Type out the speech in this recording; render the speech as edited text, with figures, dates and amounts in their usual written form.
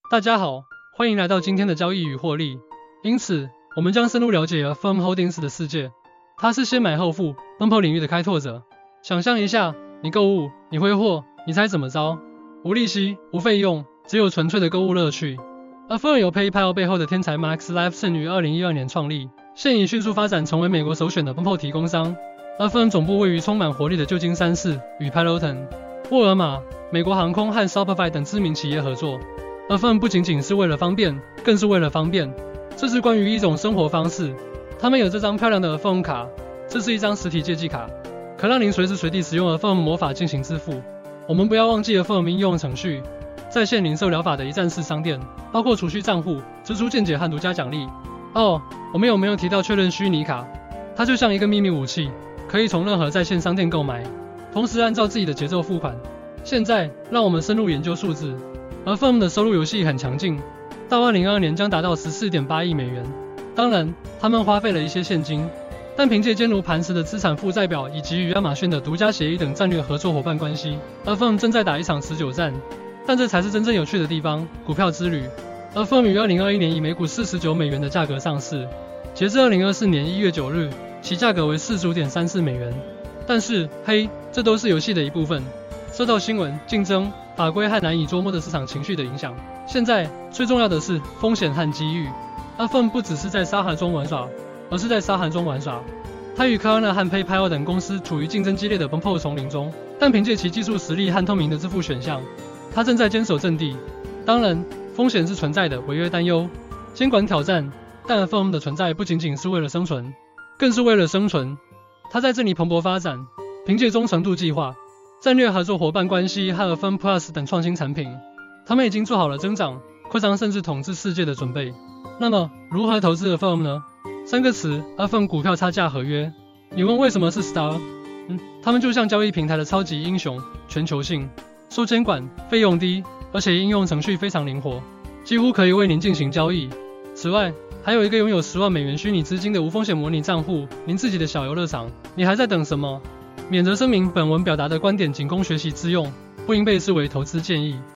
大家好，欢迎来到今天的交易与获利。因此，我们将深入了解 Affirm Holdings 的世界。它是先买后付 Bumpo 领域的开拓者。想象一下，你购物，你挥霍，你猜怎么着？无利息，无费用，只有纯粹的购物乐趣。Affirm 由 PayPal 背后的天才 Max Lifeson 于2012年创立，现已迅速发展成为美国首选的 Bumpo 提供商。Affirm 总部位于充满活力的旧金山市，与 Peloton、沃尔玛、美国航空和 Shopify 等知名企业合作。Affirm 不仅仅是为了方便，更是为了方便。这是关于一种生活方式。他们有这张漂亮的 Affirm 卡，这是一张实体借记卡，可让您随时随地使用 Affirm 魔法进行支付。我们不要忘记 Affirm 应用程序，在线零售疗法的一站式商店，包括储蓄账户、支出见解和独家奖励。哦，我们有没有提到确认虚拟卡？它就像一个秘密武器，可以从任何在线商店购买，同时按照自己的节奏付款。现在，让我们深入研究数字。Affirm 的收入游戏很强劲，到2022年将达到14.8亿美元。当然，他们花费了一些现金，但凭借坚如磐石的资产负债表以及与亚马逊的独家协议等战略合作伙伴关系 ，Affirm 正在打一场持久战。但这才是真正有趣的地方——股票之旅。Affirm 于2021年以每股49美元的价格上市，截至2024年1月9日，其价格为45.34美元。但是，嘿，这都是游戏的一部分。受到新闻、竞争、法规和难以捉摸的市场情绪的影响，现在最重要的是风险和机遇。Affirm 不只是在沙盘中玩耍，而是在沙盘中玩耍。它与 Klarna 和 PayPal 等公司处于竞争激烈的 Bumpo 丛林中，但凭借其技术实力和透明的支付选项，它正在坚守阵地。当然，风险是存在的，违约担忧、监管挑战，但 Affirm 的存在不仅仅是为了生存，更是为了生存。它在这里蓬勃发展，凭借忠诚度计划、战略合作伙伴关系和 Affirm Plus 等创新产品，他们已经做好了增长、扩张甚至统治世界的准备。那么，如何投资 Affirm 呢？3个词 ：Affirm 股票差价合约。你问为什么是 Star？他们就像交易平台的超级英雄，全球性、受监管、费用低，而且应用程序非常灵活，几乎可以为您进行交易。此外，还有一个拥有10万美元虚拟资金的无风险模拟账户，您自己的小游乐场。你还在等什么？免责声明：本文表达的观点仅供学习之用，不应被视为投资建议。